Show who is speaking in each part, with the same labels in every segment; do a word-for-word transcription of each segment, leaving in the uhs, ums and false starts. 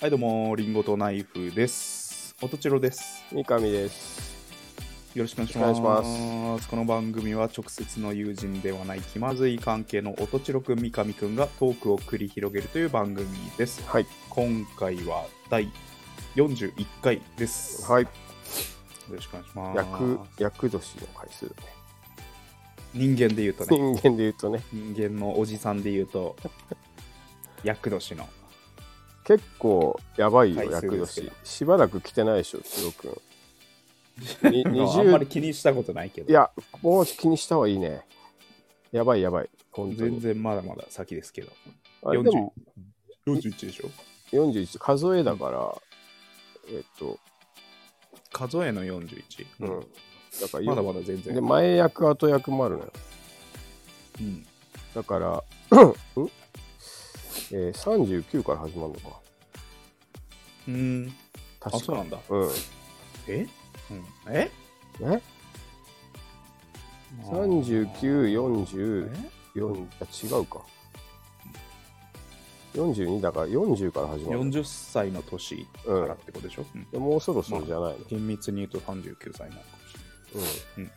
Speaker 1: はい、どうも、リンゴとナイフです。おとちろです。
Speaker 2: 三上です。
Speaker 1: よろしくお願いし
Speaker 2: お願いし
Speaker 1: ま。
Speaker 2: ます
Speaker 1: この番組は直接の友人ではない気まずい関係のおとちろくん、三上くんがトークを繰り広げるという番組です。
Speaker 2: はい。
Speaker 1: 今回は第よんじゅういっかいです。
Speaker 2: はい。
Speaker 1: よろしくお願いします。
Speaker 2: 役、役年の回数だね。
Speaker 1: 人間で言うとね。
Speaker 2: 人間で言うとね。
Speaker 1: 人間のおじさんで言うと、役年の。
Speaker 2: 結構やばいよ、
Speaker 1: 回数
Speaker 2: 役
Speaker 1: ですけど
Speaker 2: 年。しばらく来てないでしょ、つよくん。に
Speaker 1: あんまり
Speaker 2: 20
Speaker 1: 気にしたことないけど。
Speaker 2: いや、もう気にした方がいいね。やばいやばい。本当
Speaker 1: 全
Speaker 2: に。
Speaker 1: 然まだまだ先ですけど。
Speaker 2: あれでも
Speaker 1: よんじゅういちでしょ。
Speaker 2: よんじゅういち、数えだから、えっと、
Speaker 1: 数えのよんじゅういち。
Speaker 2: うん。だから
Speaker 1: まだまだ全然。
Speaker 2: で、前役、後役もあるのよ。
Speaker 1: うん。
Speaker 2: だから、んえー、さんじゅうきゅうから始まるのか。
Speaker 1: うーん。
Speaker 2: 確か。
Speaker 1: あ、そうなんだ。
Speaker 2: うん。
Speaker 1: え、うん、え
Speaker 2: え ?さんじゅうきゅう、よんじゅう、よん、あ、違うか。よんじゅうにだからよんじゅうから始まる。
Speaker 1: よんじゅっさいの年からってことでしょ、うん、
Speaker 2: でもうそろそろじゃないの、ま
Speaker 1: あ、厳密に言うとさんじゅうきゅうさいなのかもしれない。
Speaker 2: うん。
Speaker 1: うん。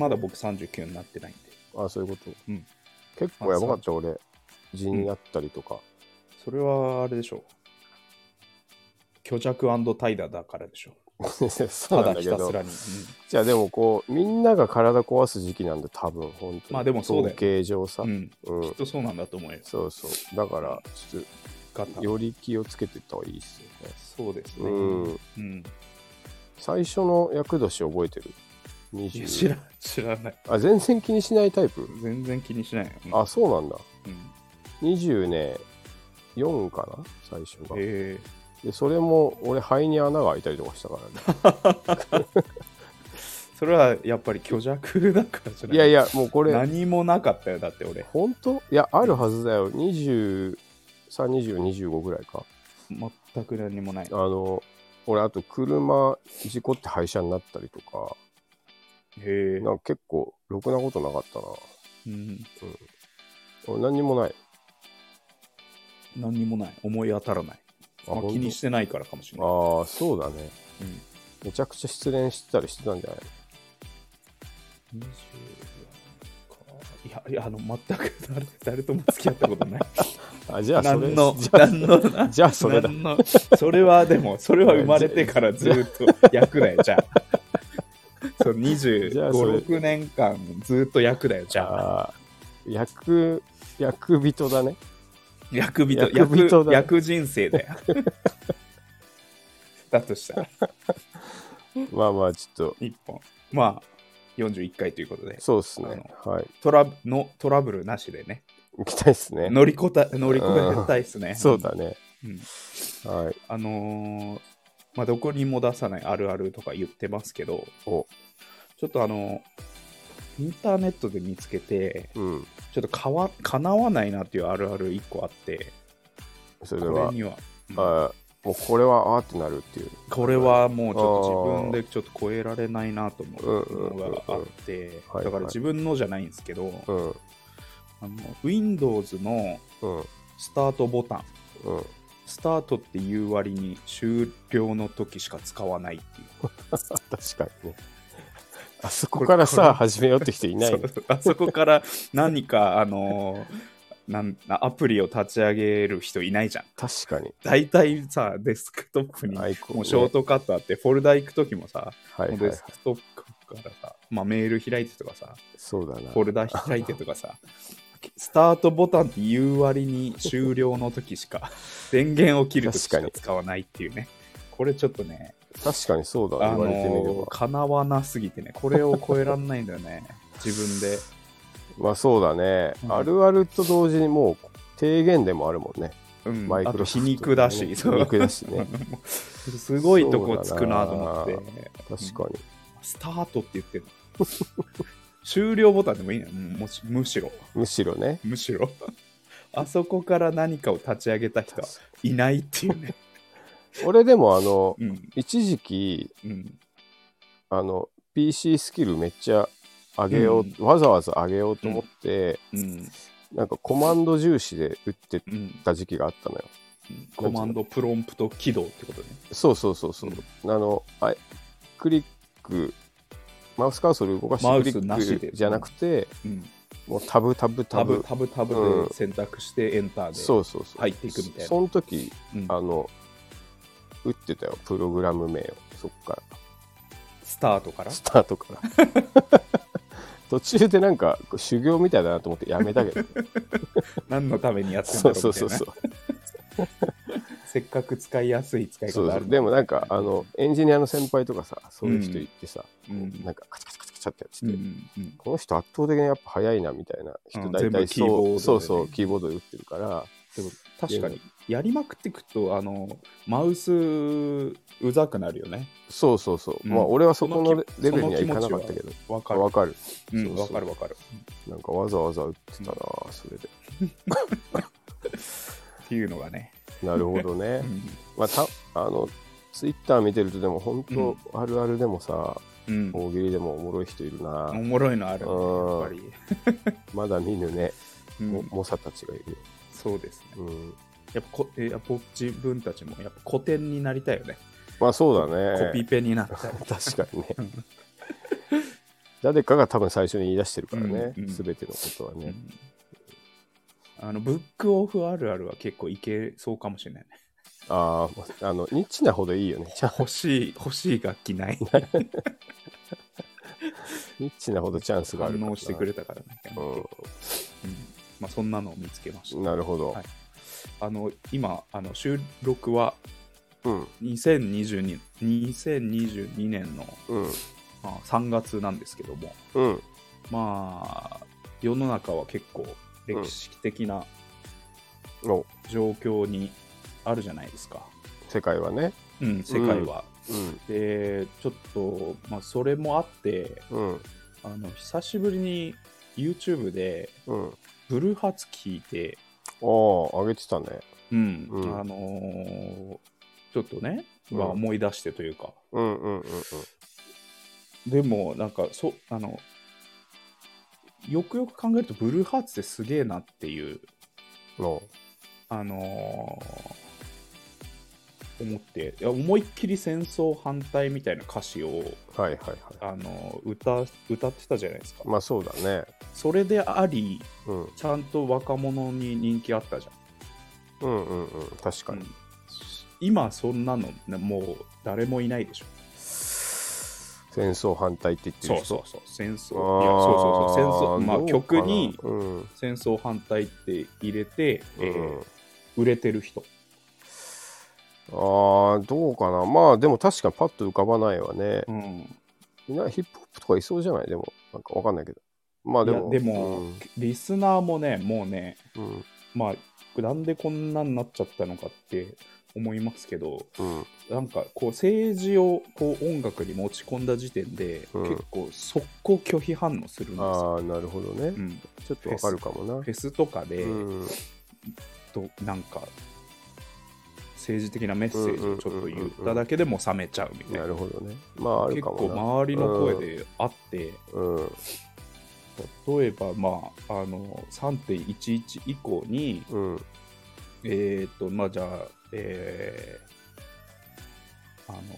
Speaker 1: まだ僕さんじゅうきゅうになってないんで。
Speaker 2: あ、そういうこと。
Speaker 1: うん。
Speaker 2: 結構やばかった、俺。地にあったりとか。
Speaker 1: それはあれでしょう。虚弱怠惰だからでしょう。
Speaker 2: そうなんだけど。
Speaker 1: ただひたすらに。うん、
Speaker 2: じゃあでもこう、みんなが体壊す時期なんで多分、本当に。
Speaker 1: まあでもそうだよ。
Speaker 2: 統計上さ。
Speaker 1: うん。
Speaker 2: うん。
Speaker 1: きっとそうなんだと思うよ。
Speaker 2: そうそう。だから、ちょっと、より気をつけていった方がいいっすよね。
Speaker 1: そうですね。
Speaker 2: うん。
Speaker 1: うん。
Speaker 2: 最初の厄年覚えてる？にじゅう
Speaker 1: 知ら知らない。
Speaker 2: あ、全然気にしないタイプ？
Speaker 1: 全然気にしないよ。
Speaker 2: うん、あ、そうなんだ。
Speaker 1: うん、
Speaker 2: にじゅうね、よんかな最初が。
Speaker 1: へ
Speaker 2: で、それも俺肺に穴が開いたりとかしたからね。
Speaker 1: それはやっぱり虚弱だからじゃない？
Speaker 2: いやいや、もうこれ。
Speaker 1: 何もなかったよ、だって俺。
Speaker 2: 本当？いや、あるはずだよ。にじゅうさん、にじゅう、にじゅうごぐらいか。
Speaker 1: 全く何もない。
Speaker 2: あの、俺、あと車事故って廃車になったりとか。
Speaker 1: へえ。
Speaker 2: なんか結構、ろくなことなかったな。
Speaker 1: うん。うん、
Speaker 2: 俺、何にもない。
Speaker 1: 何にもない。思い当たらない。まあ、気にしてないからかもしれない。
Speaker 2: ああ、そうだね。
Speaker 1: うん。
Speaker 2: めちゃくちゃ失恋してたりしてたんじゃない
Speaker 1: にじゅうか。いや、いや、あの、全く 誰, 誰とも付き合ったことない。
Speaker 2: あ、じゃあそれ、
Speaker 1: 何の、
Speaker 2: じゃあ
Speaker 1: 何の、
Speaker 2: じゃあそれだ。
Speaker 1: 何のそれはでも、それは生まれてからずっと役だよ、じゃあ。そう、にじゅうご、ろくねんかんずっと役だよ、じゃあ。
Speaker 2: あ役、役人だね。
Speaker 1: 役人、
Speaker 2: 役人だ、ね、
Speaker 1: 役人生だよ。だとしたら。
Speaker 2: まあまあ、ちょっと。
Speaker 1: 一本。まあ、よんじゅういっかいということで。
Speaker 2: そうですね。はい。
Speaker 1: トラのトラブルなしでね。
Speaker 2: 行きたいですね。
Speaker 1: 乗りこた乗り越えたいですね。
Speaker 2: そうだね。
Speaker 1: うん、
Speaker 2: はい。
Speaker 1: あのー、まあ、どこにも出さないあるあるとか言ってますけど、
Speaker 2: お
Speaker 1: ちょっとあの、インターネットで見つけて、
Speaker 2: うん、
Speaker 1: ちょっとかわ、かなわないなっていうあるあるいっこあって、
Speaker 2: それは、
Speaker 1: これには、
Speaker 2: うん、あもうこれはあーってなるっていう。
Speaker 1: これはもうちょっと自分でちょっと超えられないなと思うのがあって、だから自分のじゃないんですけど、うん、あの Windows のスタートボタン、うん、スタートっていう割に終了の時しか使わないっていう。
Speaker 2: 確かにね。あそこからさ、始めようって人いない、ね、
Speaker 1: そあそこから何か、あのー、なんアプリを立ち上げる人いないじゃん。
Speaker 2: 確かに。
Speaker 1: だいたいさ、デスクトップにもうショートカットあって、ね、フォルダ行くときもさ、はいはいはい、デスクトップからさ、まあ、メール開いてとかさ、
Speaker 2: そうだな、
Speaker 1: フォルダ開いてとかさ、スタートボタンって言う割に終了の時しか、電源を切る時しか使わないっていうね。これちょっとね、
Speaker 2: 確かにそうだ、言われてみれば。
Speaker 1: かなわなすぎてね、これを超えらんないんだよね、自分で。ま
Speaker 2: あそうだね、うん、あるあると同時にもう提言でもあるもんね。
Speaker 1: うん、マイクロソフト、ね、あと皮肉だし、
Speaker 2: 皮肉だしね。
Speaker 1: すごいとこつくなと思って。
Speaker 2: 確かに、うん。
Speaker 1: スタートって言ってるの。終了ボタンでもいいのよ、むしろ。
Speaker 2: むしろね。
Speaker 1: むしろ。あそこから何かを立ち上げた人はいないっていうね。
Speaker 2: 俺でもあの、うん、一時期、
Speaker 1: うん、
Speaker 2: あの ピーシー スキルめっちゃ上げよう、うん、わざわざ上げようと思って、うんうん、なんかコマンド重視で打ってた時期があったのよ。
Speaker 1: コマンドプロンプト起動ってことね。
Speaker 2: そうそうそうそう、うん、あのあクリックマウスカーソル動かしてクリックじゃなくて、うん、もうタブタブタブ
Speaker 1: タブタブタブで選択してエンターで入っていくみたいな、
Speaker 2: うん、その時、うん、あの打ってたよプログラム名を。そっから
Speaker 1: スタートから
Speaker 2: スタートから途中でなんか修行みたいだなと思ってやめたけど
Speaker 1: 何のためにやってんだろうみたいな。
Speaker 2: そうそうそうそう
Speaker 1: せっかく使いやすい使い方ある。
Speaker 2: そうそうでもなんかあのエンジニアの先輩とかさそういう人言ってさ、うん、なんかカチカチカチカチってやってて、うんうん、この人圧倒的にやっぱ早いなみたいな人大体そう、ね、そうそうキーボードで打ってるから。
Speaker 1: でも確かにやりまくっていくとあのマウスうざくなるよね。
Speaker 2: そうそうそう、うん、まあ俺はそこのレベルにはいかなかったけど
Speaker 1: わかる
Speaker 2: わかる
Speaker 1: わかるわかる。
Speaker 2: なんかわざわざ打ってたな、うん、それで
Speaker 1: っていうのがね。
Speaker 2: なるほどね、うん、まあたあのツイッター見てるとでも本当、うん、あるあるでもさ、うん、大喜利でもおもろい人いるな。
Speaker 1: おもろいのあるね、やっぱり
Speaker 2: まだ見ぬね、うん、猛者たちがいるよ。
Speaker 1: そうですね、うん、やっぱこえやっぱ自分たちもやっぱ古典になりたいよね。
Speaker 2: まあそうだね、
Speaker 1: コピペになったり
Speaker 2: 確かにね誰かが多分最初に言い出してるからね、うんうん、全てのことはね、
Speaker 1: うん、あのブックオフあるあるは結構いけそうかもしれないね。
Speaker 2: ああ、あのニッチなほどいいよね。
Speaker 1: 欲しい欲しい楽器ない
Speaker 2: ニッチなほどチャンスがあるから。
Speaker 1: 反応してくれたからね、うんうん、まあ、そんなのを見つけました。
Speaker 2: なるほど、
Speaker 1: はい、あの今あの収録はにせんにじゅうにねんの、うんまあ、さんがつなんですけども、うん、まあ世の中は結構歴史的な状況にあるじゃないですか、
Speaker 2: 世界はね、
Speaker 1: うん、世界は、うん、でちょっと、まあ、それもあって、うん、あの久しぶりに YouTube で、うん、ブルーハーツ聞いて、
Speaker 2: ああ上げてたね、
Speaker 1: うんうん、あのー、ちょっとね、まあ、思い出してというか、うんうんうんうん、でもなんかそあのよくよく考えるとブルーハーツってすげえなっていうのあのー、思って、いや思いっきり戦争反対みたいな歌詞を、はいはいはい、あの 歌, 歌ってたじゃないですか。
Speaker 2: まあそうだね。
Speaker 1: それであり、うん、ちゃんと若者に人気あったじ
Speaker 2: ゃん。うんうんうん、確かに。うん、
Speaker 1: 今そんなのもう誰もいないでしょ。
Speaker 2: 戦争反対って言ってる人。
Speaker 1: そうそうそう、戦争、いやそうそうそう、戦争、まあ曲に戦争反対って入れて、うんえー、売れてる人。
Speaker 2: ああ、どうかな。まあでも確かにパッと浮かばないわね。うん、いないヒップホップとかいそうじゃない。でもなんかわかんないけど。まあでも、
Speaker 1: いやでも、うん、リスナーもね、もうね、うん、まあなんでこんなになっちゃったのかって思いますけど、うん、なんかこう政治をこう音楽に持ち込んだ時点で、うん、結構速攻拒否反応するんですよ。
Speaker 2: ああ、なるほどね、うん、ちょっとわかるかもな。
Speaker 1: フェスとかで、うん、となんか政治的なメッセージをちょっと言っただけでも冷めちゃうみたいな。
Speaker 2: なるほどね。まああるかもな。
Speaker 1: 結構周りの声であって、うんうん、例えばまああの さんてんいちいち 以降に、うん、えっ、ー、とまあじゃあ、えー、あの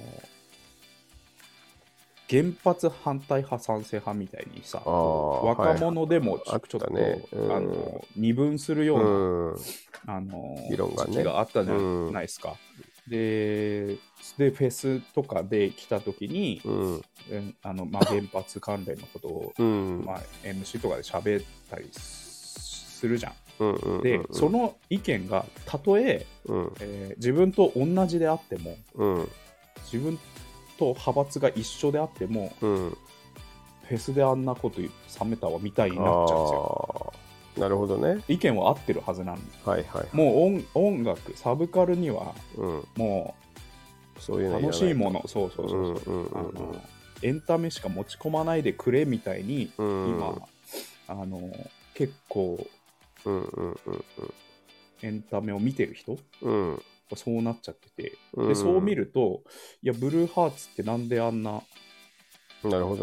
Speaker 1: 原発反対派賛成派みたいにさ、若者でもちょっと、はいねうん、あの二分するような、うん、あの議論が、ね、時期があったじゃないですか。うん、で, でフェスとかで来た時に、うんあのまあ、原発関連のことを、うんまあ、エムシー とかで喋ったりするじゃん。うんうんうんうん、でその意見がたとえうんえー、自分と同じであっても、うん、自分と派閥が一緒であっても、うん、フェスであんなこと冷めたわみたいになっちゃうんですよ。
Speaker 2: なるほどね。
Speaker 1: 意見は合ってるはずなんで、
Speaker 2: はいはいはい、
Speaker 1: もう 音, 音楽サブカルには、うん、もうそういうの楽しいもの、そうそうそうそう、うんうんうんうん、あのエンタメしか持ち込まないでくれみたいに、うん、今あの結構、うんうんうんうん、エンタメを見てる人、うんそうなっちゃってて、で、うん、そう見ると、いや、ブルーハーツってなんであんな、
Speaker 2: なるほどね。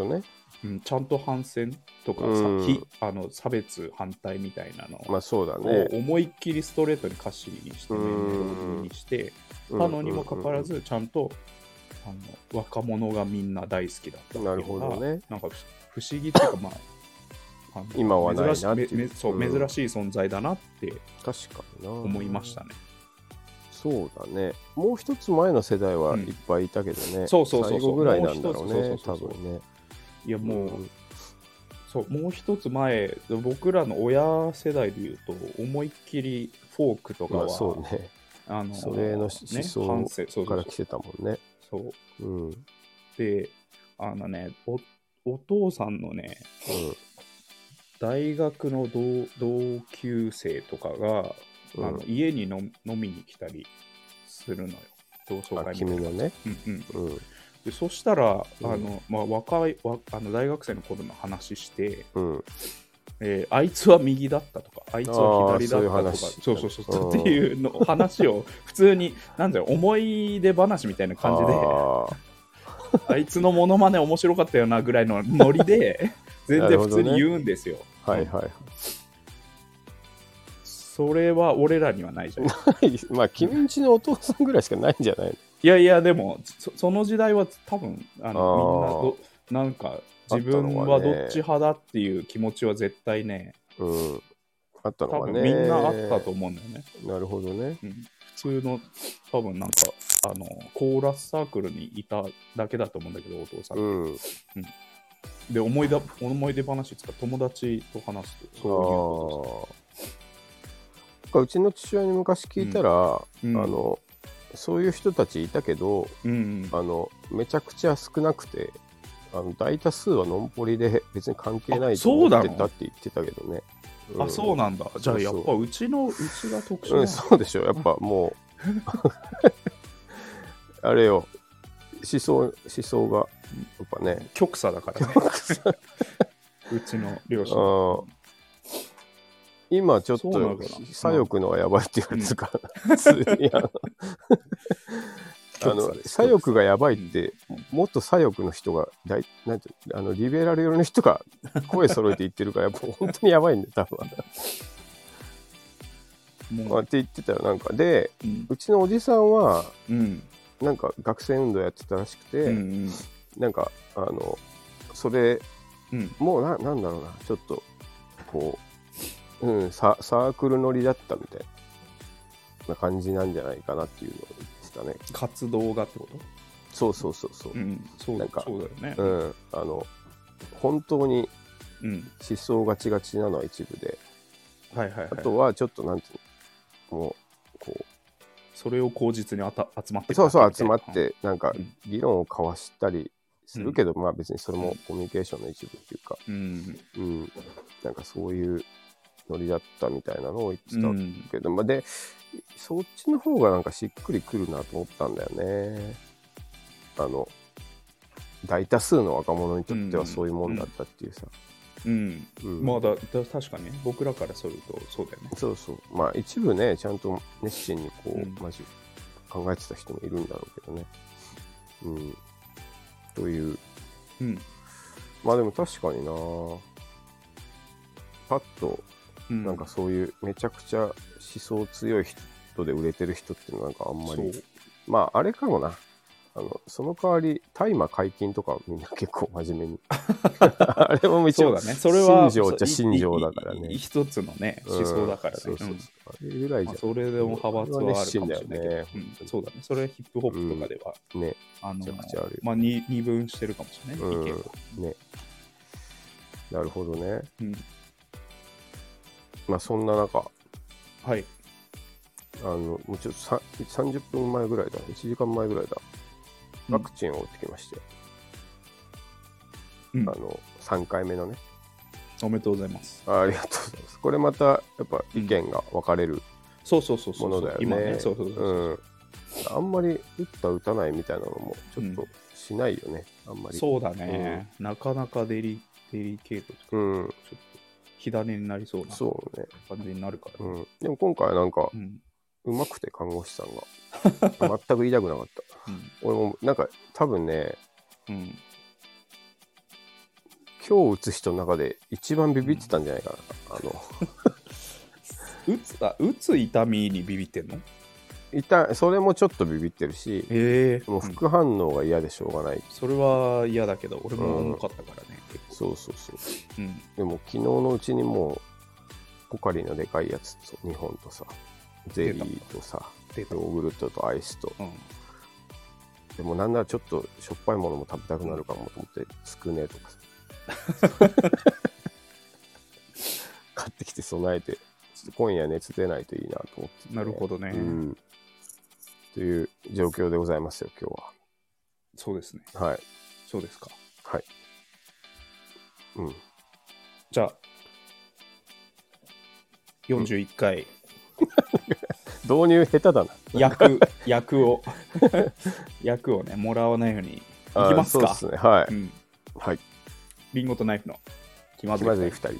Speaker 1: うん、ちゃんと反戦とか、うん、非あの差別反対みたいなのを、
Speaker 2: まあそうだね、
Speaker 1: 思いっきりストレートに歌詞にしてメロディーにしてたのにもかかわらずちゃんとあの若者がみんな大好きだったっていうのが、なるほどね、なんか不思議っていうか、まああ
Speaker 2: 今はないなっていう、
Speaker 1: そう、うん、珍しい存在だなって
Speaker 2: 確かにな
Speaker 1: 思いましたね。
Speaker 2: そうだね。もう一つ前の世代はいっぱいいたけどね、うん、
Speaker 1: そうそうそうそう、
Speaker 2: 最後ぐらいなんだろうね、多分ね。
Speaker 1: いやもう、うん、そうもう一つ前、僕らの親世代でいうと思いっきりフォークとかは、まあ、
Speaker 2: そうね、あのそれの思想から来てたもんね。
Speaker 1: そう、うん、であのね お, お父さんのね、うん、大学の 同, 同級生とかが、うん、あの家にの飲みに来たりするのよ、同窓会みたいな。
Speaker 2: 君のね、
Speaker 1: うんうんうん、でそしたら、うん、あのまあ、若いわあの大学生の頃の話して、うんえー、あいつは右だったとか、あいつは左だったとか、そうそうそうそうっていうの話を普通になんだよ、思い出話みたいな感じであ, あいつのモノマネ面白かったよなぐらいのノリで全然普通に言うんですよ。ね、
Speaker 2: はいはい。
Speaker 1: それは俺らにはないじゃない
Speaker 2: まあ君んちのお父さんぐらいしかないんじゃないの。
Speaker 1: いやいや、でも そ, その時代は多分あのみんなどなんか自分はどっち派だっていう気持ちは絶対ね、
Speaker 2: うん、あったのかね。
Speaker 1: 多分みんなあったと思うんだよね。
Speaker 2: なるほどね。
Speaker 1: うん、普通の多分なんかあのコーラスサークルにいただけだと思うんだけど、お父さん、うんうん、で思い出思い出話つか友達と話すとそういうこと
Speaker 2: ですか。うちの父親に昔聞いたら、うんうん、あのそういう人たちいたけど、うんうん、あのめちゃくちゃ少なくて、あの大多数はのんぽりで別に関係ないと思ってたって言ってたけどね。
Speaker 1: あ、うん、そうなんだ。じゃあやっぱうちのうちが特殊な、
Speaker 2: うん、そうでしょ。やっぱもうあれよ、思想思想がやっぱね
Speaker 1: 極左だからねうちの両親。
Speaker 2: 今ちょっと左翼のはやばいって言われてるから、普通にあのあの左翼がやばいって、うん、もっと左翼の人がだいなんてあのリベラル寄りの人が声揃えて言ってるからやっぱ本当にやばいんだよ多分もうって言ってたよ。なんかで、うん、うちのおじさんは、うん、なんか学生運動やってたらしくて、うんうん、なんかあのそれ、うん、もう な, なんだろうなちょっとこう、うん、サ, サークル乗りだったみたいな感じなんじゃないかなっていうのを言ってたね。
Speaker 1: 活動がってこと？
Speaker 2: そうそうそうそう。
Speaker 1: うん、そうなんかそうだよね。
Speaker 2: うん、あの本当に思想ガチガチなのは一部で、
Speaker 1: うんはいはいはい、
Speaker 2: あとはちょっとなんていうのもうこう
Speaker 1: それを口実にあた集まって
Speaker 2: そうそう集まってなんか議論を交わしたりするけど、うん、まあ別にそれもコミュニケーションの一部っていうか、うんうん、なんかそういうノリだったみたいなのを言ってたけど、うん、まあでそっちの方がなんかしっくりくるなと思ったんだよね。あの大多数の若者にとってはそういうもんだったっていうさ、
Speaker 1: うんうんうん、まあだだ確かにね僕らからするとそうだよね。
Speaker 2: そうそうまあ一部ねちゃんと熱心にこう、うん、マジ考えてた人もいるんだろうけどね。うんという、うん、まあでも確かになパッとなんかそういうめちゃくちゃ思想強い人で売れてる人っていうのはなんかあんまりまああれかもなあのその代わり大麻解禁とかみんな結構真面目にあれも一応
Speaker 1: そうだねそれは
Speaker 2: 信条っちゃ信条だからね
Speaker 1: 一つのね思想だからね、うん、そうそうそうあれぐらいじゃ、まあ、それでも派閥はあるかもしれないけど、ねうん、そうだねそれはヒップホップとかでは、うん、ねあのめちゃくちゃあるまあ二分してるかもしれない、うん、意見は
Speaker 2: ねなるほどね、うんまあそんな中
Speaker 1: はい
Speaker 2: あのもうちょっとさんじゅっぷんまえぐらいだいちじかんまえぐらいだワクチンを打ってきまして、うん、あのさんかいめのね
Speaker 1: おめでとうございます。
Speaker 2: あ, ありがとうございます。これまたやっぱ意見が分かれるものだよね。今ねそうそうそうそう、うん、あんまり打った打たないみたいなのもちょっとしないよね、うん、あんまり
Speaker 1: そうだね、うん、なかなかデリ、デリケートとか、うん、ちょっと火種になりそうな感じになるから、ね
Speaker 2: うん、でも今回なんか、うんうまくて看護師さんが全く言いたくなかった、うん、俺もなんか多分ね、うん、 今日打つ人の中で一番ビビってたんじゃないかな、うん、あの
Speaker 1: 打つあ打つ痛みにビビってんの？
Speaker 2: 痛それもちょっとビビってるし、
Speaker 1: えー、
Speaker 2: もう副反応が嫌でしょうがない、うん、
Speaker 1: それは嫌だけど俺も重かったからね、
Speaker 2: うん、結構そうそうそう、
Speaker 1: うん、
Speaker 2: でも昨日のうちにもうポカリのでかいやつとにほんとさ、ゼリーとさ、ヨーグルトとアイスと、うん、でもなんならちょっとしょっぱいものも食べたくなるかもと思ってつくねとかさ買ってきて備えて、ちょっと今夜熱出ないといいなと思って、
Speaker 1: ね、なるほどね、うん、
Speaker 2: という状況でございますよ今日は。
Speaker 1: そうですね、
Speaker 2: はい、
Speaker 1: そうですか、
Speaker 2: はい、うん、
Speaker 1: じゃあよんじゅういっかい、
Speaker 2: うん、導入下手だな
Speaker 1: 役役を役をねもらわないようにいきますか。
Speaker 2: そうですね、はい、うん、はい、
Speaker 1: リンゴとナイフの気まずい
Speaker 2: ふたり。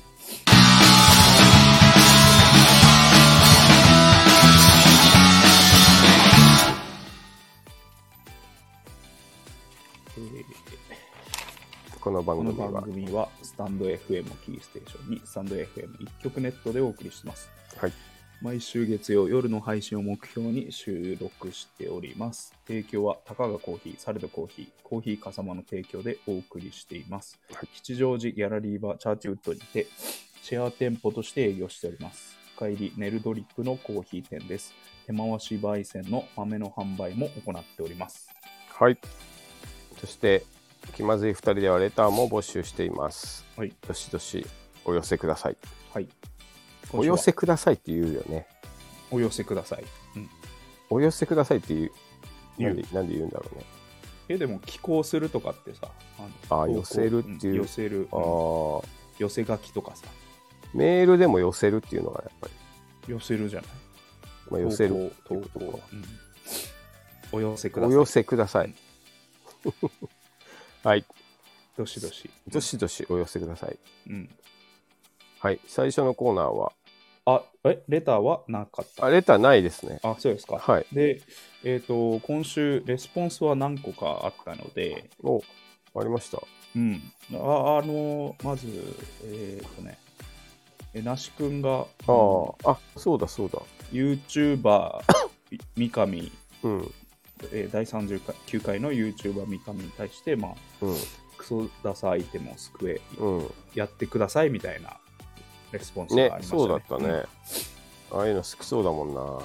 Speaker 2: この番組は、
Speaker 1: この番組はスタンド エフエム をキーステーションにスタンド エフエム 一曲ネットでお送りしています。
Speaker 2: はい。
Speaker 1: 毎週月曜夜の配信を目標に収録しております。提供はたかがコーヒー、サルドコーヒー、コーヒーかさまの提供でお送りしています。はい、吉祥寺ギャラリーバーチャーチウッドにてシェア店舗として営業しております。深入りネルドリップのコーヒー店です。手回し焙煎の豆の販売も行っております。
Speaker 2: はい。そして気まずいふたりではレターも募集しています。
Speaker 1: はい。
Speaker 2: どしどしお寄せください。
Speaker 1: はい。
Speaker 2: お寄せくださいって言うよね。
Speaker 1: お寄せください。うん。
Speaker 2: お寄せくださいって言う。なんで、なんで言うんだろうね。
Speaker 1: え、でも寄稿するとかってさ。
Speaker 2: あのあ、寄せるっていう。
Speaker 1: うん、寄せる。
Speaker 2: ああ、うん。
Speaker 1: 寄せ書きとかさ。
Speaker 2: メールでも寄せるっていうのがやっぱ
Speaker 1: り。寄せるじゃない。
Speaker 2: まあ、寄せる。
Speaker 1: 投稿、投稿。うん。お寄せください。
Speaker 2: お寄せください。はい。
Speaker 1: どしどし。
Speaker 2: どしどしお寄せください。
Speaker 1: うん。
Speaker 2: はい。最初のコーナーは。
Speaker 1: あ、え、レターはなかった。
Speaker 2: あ、レターないですね。
Speaker 1: あ、そうですか。
Speaker 2: はい。
Speaker 1: で、えっと、今週、レスポンスは何個かあったので。
Speaker 2: お、ありました。
Speaker 1: うん。あ、あの、まず、えっとね、えなしくんが。
Speaker 2: ああ、あ、そうだそうだ。
Speaker 1: YouTuber、三上。
Speaker 2: うん。
Speaker 1: えー、だいさんじゅうきゅうかいの YouTuber 三上に対して、まあ、
Speaker 2: うん、
Speaker 1: クソダサアイテムを救え、
Speaker 2: うん、
Speaker 1: やってくださいみたいなレスポンスがありましたね。
Speaker 2: ね、そうだったね。うん、ああいうの好きそうだもんな。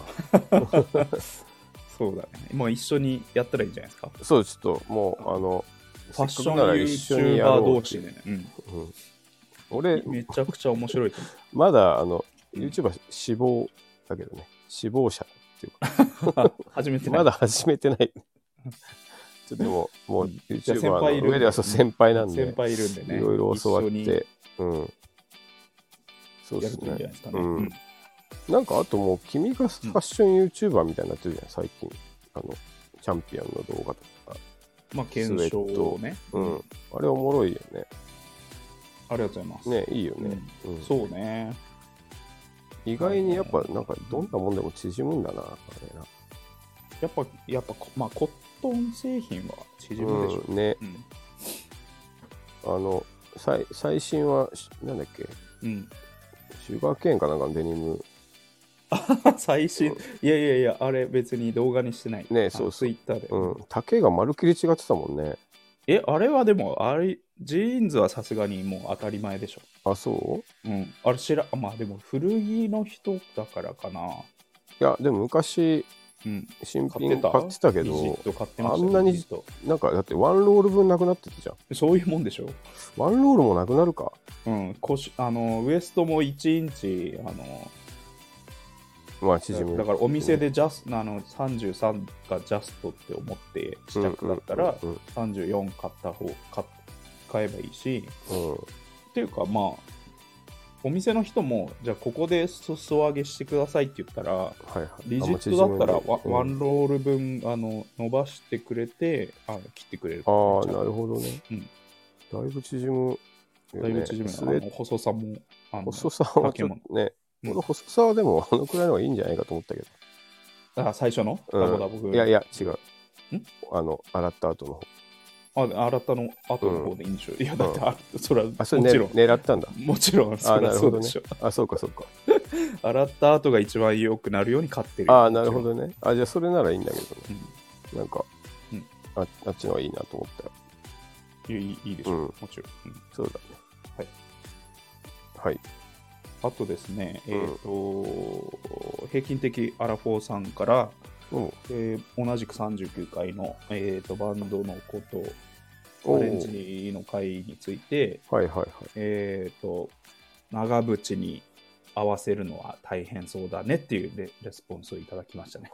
Speaker 1: そうだね。もう一緒にやったらいいんじゃないですか。
Speaker 2: そう、ちょっともう、あの、
Speaker 1: ファッション YouTuber 同士でね。うん
Speaker 2: うん、俺、
Speaker 1: めちゃくちゃ面白いと思う。
Speaker 2: まだ、あの、YouTuber 死亡だけどね、死亡者。
Speaker 1: 始めてない。
Speaker 2: まだ始めてない。ちょっともう、もう YouTuber の上ではそう先輩なんで、
Speaker 1: 先輩いるんでね、
Speaker 2: いろいろ教わって、うん。そうですね。
Speaker 1: やるといいんじゃないですかね。
Speaker 2: うん。なんかあともう、君がファッション YouTuber みたいになってるじゃん、最近。あの、チャンピオンの動画とか。
Speaker 1: まあ、検証をね。
Speaker 2: うん。あれおもろいよね。
Speaker 1: ありがとうございます。
Speaker 2: ね、いいよね。
Speaker 1: うん。そうね。
Speaker 2: 意外にやっぱなんかどんなもんでも縮むんだな、あれな。
Speaker 1: やっぱやっぱまあコットン製品は縮むでしょう、
Speaker 2: うん、ね、うん、あの最最新はなんだっけ、
Speaker 1: うん、
Speaker 2: シュガーケーンかなんかのデニム
Speaker 1: 最新、うん、いやいやいやあれ別に動画にしてない
Speaker 2: ね。そうそう、
Speaker 1: ツイッターで、
Speaker 2: うん、丈がまるっきり違ってたもんね。
Speaker 1: えあれはでもあれジーンズはさすがにもう当たり前でしょ。
Speaker 2: あ、そう？
Speaker 1: うん。あれ知ら、まあでも古着の人だからかな。い
Speaker 2: や、でも昔、うん、新品買ってたけど、あんなに、なんかだってワンロール分なくなってたじゃん。
Speaker 1: そういうもんでしょ。
Speaker 2: ワンロールもなくなるか。
Speaker 1: うん。腰、あの、ウエストもいちインチ、あの、
Speaker 2: まあ縮む。
Speaker 1: だからお店でジャス、あのさんじゅうさんがジャストって思って試着だったらさんじゅうよん買った方買買えばいいし、うん、っていうかまあお店の人もじゃあここで裾上げしてくださいって言ったら、はいはい、リジットだったらワ、うん、ワンロール分あの伸ばしてくれてあの切ってくれる。
Speaker 2: ああなるほどね、うん、だいぶ縮む、ね、
Speaker 1: だいぶ縮む。あの細さも
Speaker 2: あの細さはちょっとね、うん、この細さはでもあのくらいの方がいいんじゃないかと思ったけど。
Speaker 1: あ最初の、
Speaker 2: うん、いやいや違う。あの洗った後の方。
Speaker 1: あ、洗ったの後の方でいいんでしょう、うん、いやだってあ、うん、それはもちろん、
Speaker 2: あ、それ、ね、狙ったんだ。
Speaker 1: もちろんそれはそうでしょ。
Speaker 2: あ、そうかそうか。
Speaker 1: 洗った後が一番良くなるように買ってる。
Speaker 2: ああ、なるほどね。あ、じゃあそれならいいんだけどね。うん、なんか、うん、あ, あっちの方がいいなと思ったよ。
Speaker 1: いい, いいでしょう、うん、もちろん、うん。
Speaker 2: そうだね。
Speaker 1: はい。
Speaker 2: はい。
Speaker 1: あとですね、えーとうん、平均的アラフォーさんから、うんえー、同じくさんじゅうきゅうかいの、えー、とバンドのこと、アレンジの回について、
Speaker 2: はいはいはい、
Speaker 1: えー、と長渕に合わせるのは大変そうだねっていう レ, レスポンスをいただきましたね。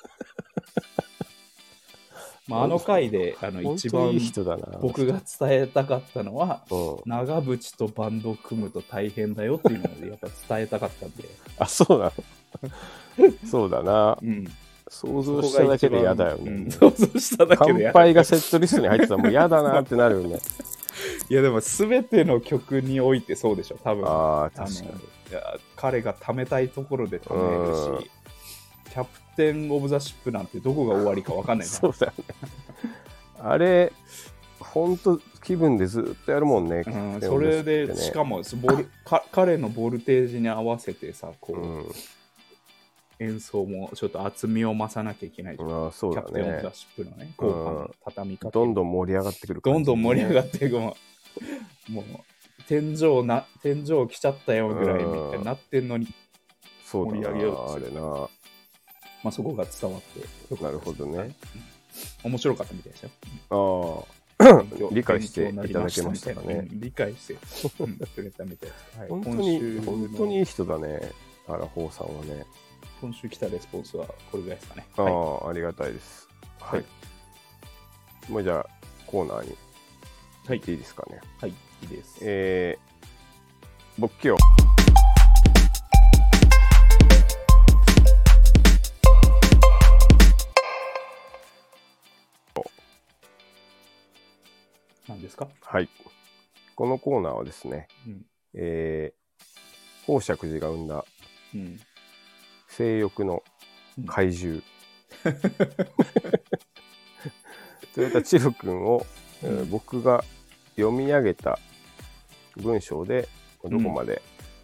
Speaker 1: まあ、あの回であの一番僕が伝えたかったのは、長渕とバンドを組むと大変だよっていうのをやっぱ伝えたかったんで。
Speaker 2: あ、そうなのそうだな、うん、想像しただけで嫌だよね、うん、想像しただけで嫌だ。乾杯がセットリストに入ってたらもう嫌だなってなるよね。
Speaker 1: いやでも全ての曲においてそうでしょ多分。
Speaker 2: ああ確かに。
Speaker 1: いや彼が貯めたいところで貯めるし、キャプテンオブザシップなんてどこが終わりか分かんないな。
Speaker 2: そうだよね。あれほんと気分でずっとやるもんね。
Speaker 1: うん、それでしかもボルか彼のボルテージに合わせてさこう、うん、演奏もちょっと厚みを増さなきゃいけないじゃん。
Speaker 2: あそうだね、
Speaker 1: キャプテンオブザシップのね後半の畳みかけ、
Speaker 2: どんどん盛り上がってくる感じ、
Speaker 1: ね、どんどん盛り上がっていくもうもう天井な天井来ちゃったよぐらいみたいになってんのに盛り上げようとする。
Speaker 2: そうだなあれな。
Speaker 1: まあ、そこが伝わって
Speaker 2: なるほどね、はい、
Speaker 1: 面白かったみたいです
Speaker 2: よ。ああ理解していただけましたかね。
Speaker 1: 理解してくれたみたいです、はい、
Speaker 2: 本当に本当にいい人だねアラフォーさんはね。
Speaker 1: 今週来たレスポンスはこれぐらいですかね。
Speaker 2: ああ、
Speaker 1: はい、
Speaker 2: ありがたいです。はい、はい、もうじゃあコーナーに入っていいですかね。
Speaker 1: はい、いいです。
Speaker 2: えー、僕今日
Speaker 1: 何ですか？
Speaker 2: はい。このコーナーはですね、うん、えー、宝石寺が生んだ、うん、性欲の怪獣、うん、といったチル君を、うん、えー、僕が読み上げた文章でどこまで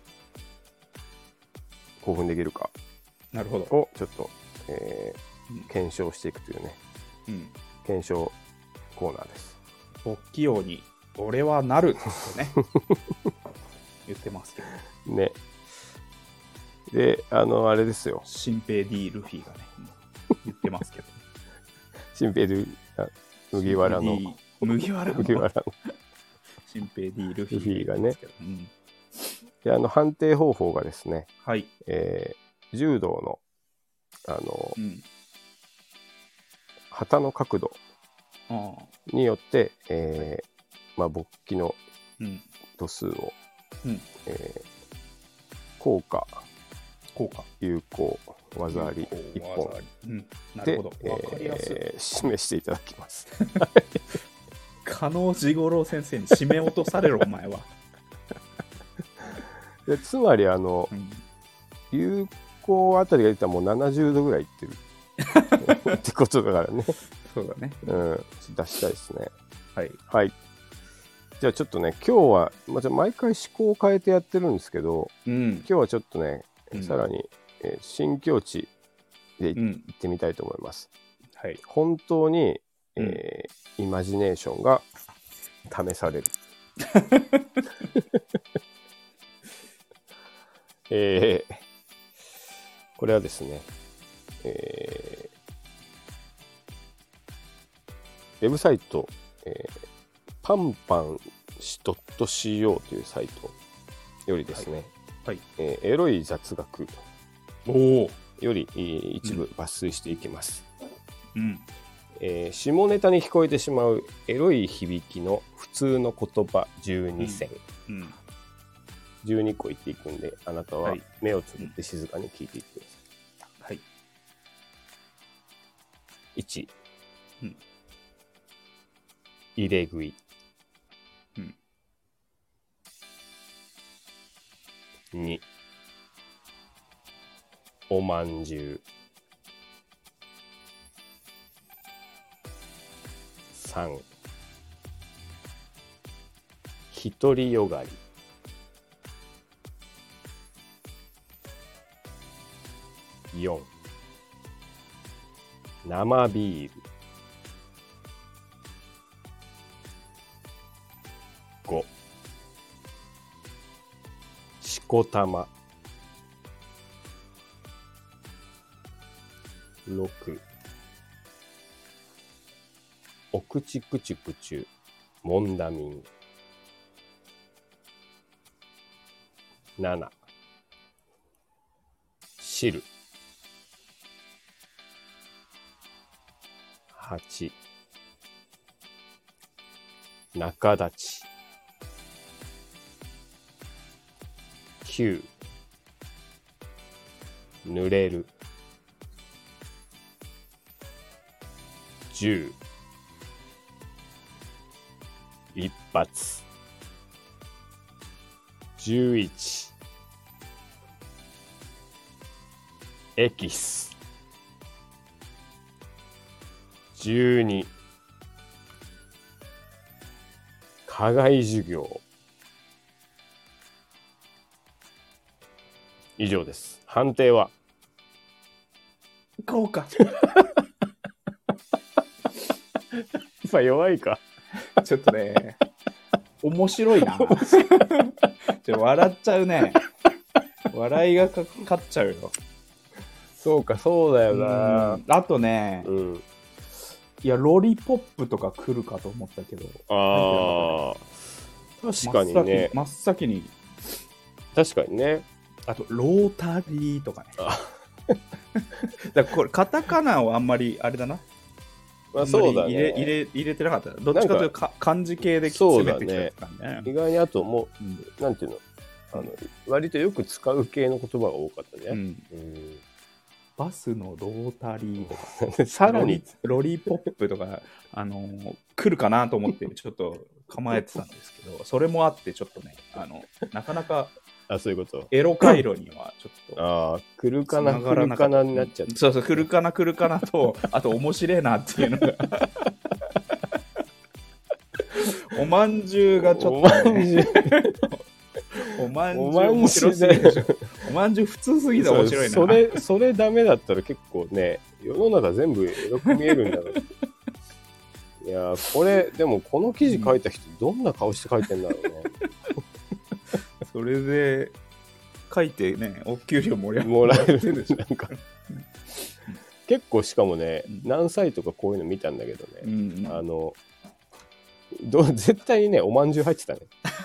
Speaker 2: 興奮できるかをちょっと、えー、検証していくというね、うん、検証コーナーです。
Speaker 1: 勃起王に俺はなるってね言ってますけど
Speaker 2: ね。で、あのあれですよ。
Speaker 1: 新平 D ルフィがね言ってますけど、ね。
Speaker 2: 新平 D 麦わらの
Speaker 1: 麦わらの
Speaker 2: 麦わらの
Speaker 1: 新平 D ルフ
Speaker 2: ィがね。うん、であの判定方法がですね。
Speaker 1: はい。
Speaker 2: えー、柔道のあの、うん、旗の角度によって、えーまあ、勃起の度数を、うんえー、効果
Speaker 1: 効果
Speaker 2: 有効技ありいっぽんで、えー、示していただきます。
Speaker 1: 加納治五郎先生に締め落とされろお前は。
Speaker 2: でつまりあの、うん、有効あたりが出たらもうななじゅうどぐらいいってるってことだからね。
Speaker 1: そうだね、
Speaker 2: うん、出したいですね。
Speaker 1: はい、
Speaker 2: はい、じゃあちょっとね今日は、まあ、じゃあ毎回思考を変えてやってるんですけど、うん、今日はちょっとね、うん、さらに、えー、新境地で行ってみたいと思います。
Speaker 1: うん、はい、
Speaker 2: 本当に、えーうん、イマジネーションが試される。えー、これはですね、えーウェブサイト、えー、パンパンシ .co というサイトよりですね、
Speaker 1: はいはい
Speaker 2: えー、エロい雑学
Speaker 1: お
Speaker 2: より、えー、一部抜粋していきます、
Speaker 1: うん
Speaker 2: えー、下ネタに聞こえてしまうエロい響きの普通の言葉じゅうにせん、うんうん、じゅうにこ言っていくんであなたは目をつぶって静かに聞いていってください。
Speaker 1: はい、
Speaker 2: いち、
Speaker 1: うん
Speaker 2: 入れ食い、
Speaker 1: うん、
Speaker 2: におまんじゅう、さん独りよがり。よん、生ビール。ご、しこたま。ろく、おくちくちくちゅモンダミン。なな、汁。はち、仲立ち。きゅう、濡れる。じゅう、一発。じゅういち、エキス。じゅうに、課外授業。以上です。判定は
Speaker 1: こうか。
Speaker 2: やっぱ弱いか。
Speaker 1: ちょっとね、面白いな。ちょ笑っちゃうね。笑いがかかっちゃうよ。
Speaker 2: そうか、そうだよな。
Speaker 1: あとね、うん、いや、ロリポップとか来るかと思ったけど。
Speaker 2: ああ、確かにね。
Speaker 1: 真っ先に。
Speaker 2: 確かにね。
Speaker 1: あと、ロータリーとかね。だからこれ、カタカナをあんまり、あれだな。
Speaker 2: まあ、そうだね。
Speaker 1: 入れ、入れ、入れてなかった。どっちかというと漢字系で攻めてきたからね。
Speaker 2: 意外にあともう、うん、なんていうの、あの、割とよく使う系の言葉が多かったね。うんうん、
Speaker 1: バスのロータリーとか、さらにロリポップとか、あのー、来るかなと思ってちょっと構えてたんですけど、それもあってちょっとね、あの、なかなか、
Speaker 2: あ、そういうこと。
Speaker 1: エロ回路にはちょっと。
Speaker 2: ああ、来るかな、来るかなになっちゃった。
Speaker 1: そうそう、来るかな、来るかなと、あと面白いなっていうのが。おまんじゅうがちょっと、ね。おまんじゅう面白すぎでしょ。おまんじゅう普通すぎて面白いな。
Speaker 2: それ、それダメだったら結構ね、世の中全部エロく見えるんだろう。いやー、これ、でもこの記事書いた人、どんな顔して書いてんだろうね。
Speaker 1: それで書いてね、お給料もら
Speaker 2: えるでしょ。なんか結構しかもね、うん、何歳とかこういうの見たんだけどね、うんうん、あのど絶対にねおまんじゅう入ってたね。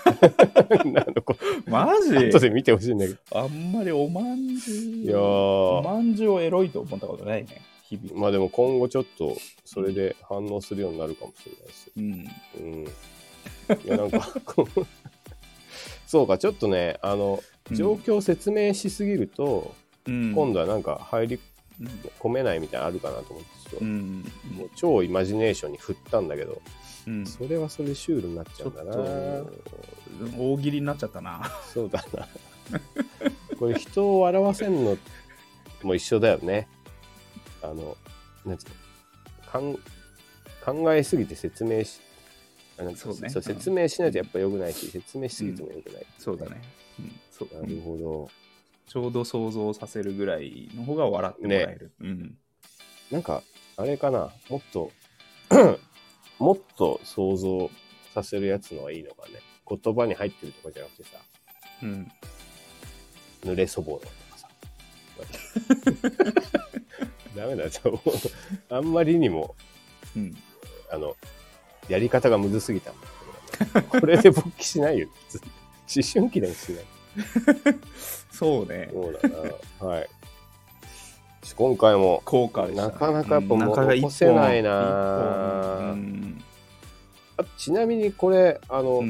Speaker 1: マジ？
Speaker 2: 後で見てほしいんだけど、
Speaker 1: あんまりおまんじゅう、
Speaker 2: いや
Speaker 1: おまんじゅうをエロいと思ったことないね、日々。
Speaker 2: まあでも今後ちょっとそれで反応するようになるかもしれないですよ。うん、うん、いやなんかそうか、ちょっとね、あの、状況を説明しすぎると、うん、今度はなんか入り込めないみたいなのあるかなと思って、うん、もう超イマジネーションに振ったんだけど、うん、それはそれシュールになっちゃうんだな。
Speaker 1: 大喜利になっちゃったな。
Speaker 2: そうだな。これ人を笑わせんのも一緒だよね。あの、なんつうの、考えすぎて説明し、そうね、そう説明しないとやっぱ良くないし、うん、説明しすぎても良くない、ね、
Speaker 1: うん、そうだね、うん、そう
Speaker 2: なるほど。
Speaker 1: ちょうど想像させるぐらいの方が笑ってもらえる、ね、うん、
Speaker 2: なんかあれかな、もっともっと想像させるやつのはいいのかね。言葉に入ってるとかじゃなくてさ、うん、濡れそぼろとかさダメだよ、あんまりにも、うん、あのやり方がむずすぎたんだ。これで勃起しないよ。思春期でもしない。
Speaker 1: そうね。
Speaker 2: そうだな。はい。今回も
Speaker 1: 後悔した、ね、
Speaker 2: なかなかやっぱもう残せないな、うん、あちなみにこれあの、うん、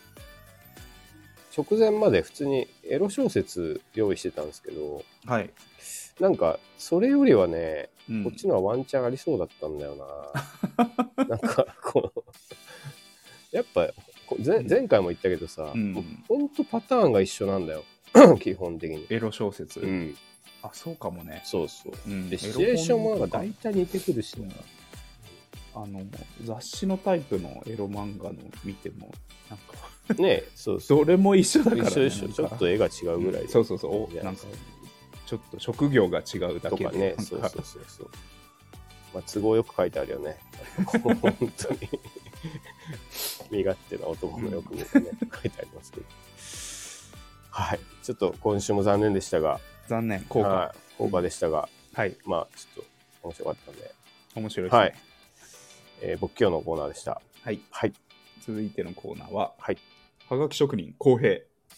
Speaker 2: 直前まで普通にエロ小説用意してたんですけど、
Speaker 1: はい、なん
Speaker 2: かそれよりはね、うん、こっちのはワンチャンありそうだったんだよな。なんかこうやっぱ前, 前回も言ったけどさ、うん、ほんとパターンが一緒なんだよ基本的に。
Speaker 1: エロ小説、
Speaker 2: うん、
Speaker 1: あ、そうかもね。
Speaker 2: そうそう、うん、でシチュエーションもなんか大体似てくるしな。
Speaker 1: あの雑誌のタイプのエロ漫画の見てもなんか
Speaker 2: ねそうそう
Speaker 1: どれも一緒だから、ね、
Speaker 2: 一緒一緒ちょっと絵が違うぐらい、うん、
Speaker 1: そうそうそうなんかちょっと職業が違うだけでと
Speaker 2: かねそうそうそうそうまあ都合よく書いてあるよね本当に身勝手な男の欲望がね、うん、書いてありますけどはいちょっと今週も残念でしたが
Speaker 1: 残念効果
Speaker 2: 効果でしたが、
Speaker 1: うん、はい
Speaker 2: まあちょっと面白かったんで
Speaker 1: 面白いですね、
Speaker 2: はいえー、僕今日のコーナーでした。
Speaker 1: はい、
Speaker 2: はい、
Speaker 1: 続いてのコーナーは、
Speaker 2: はい、
Speaker 1: はがき職人公平。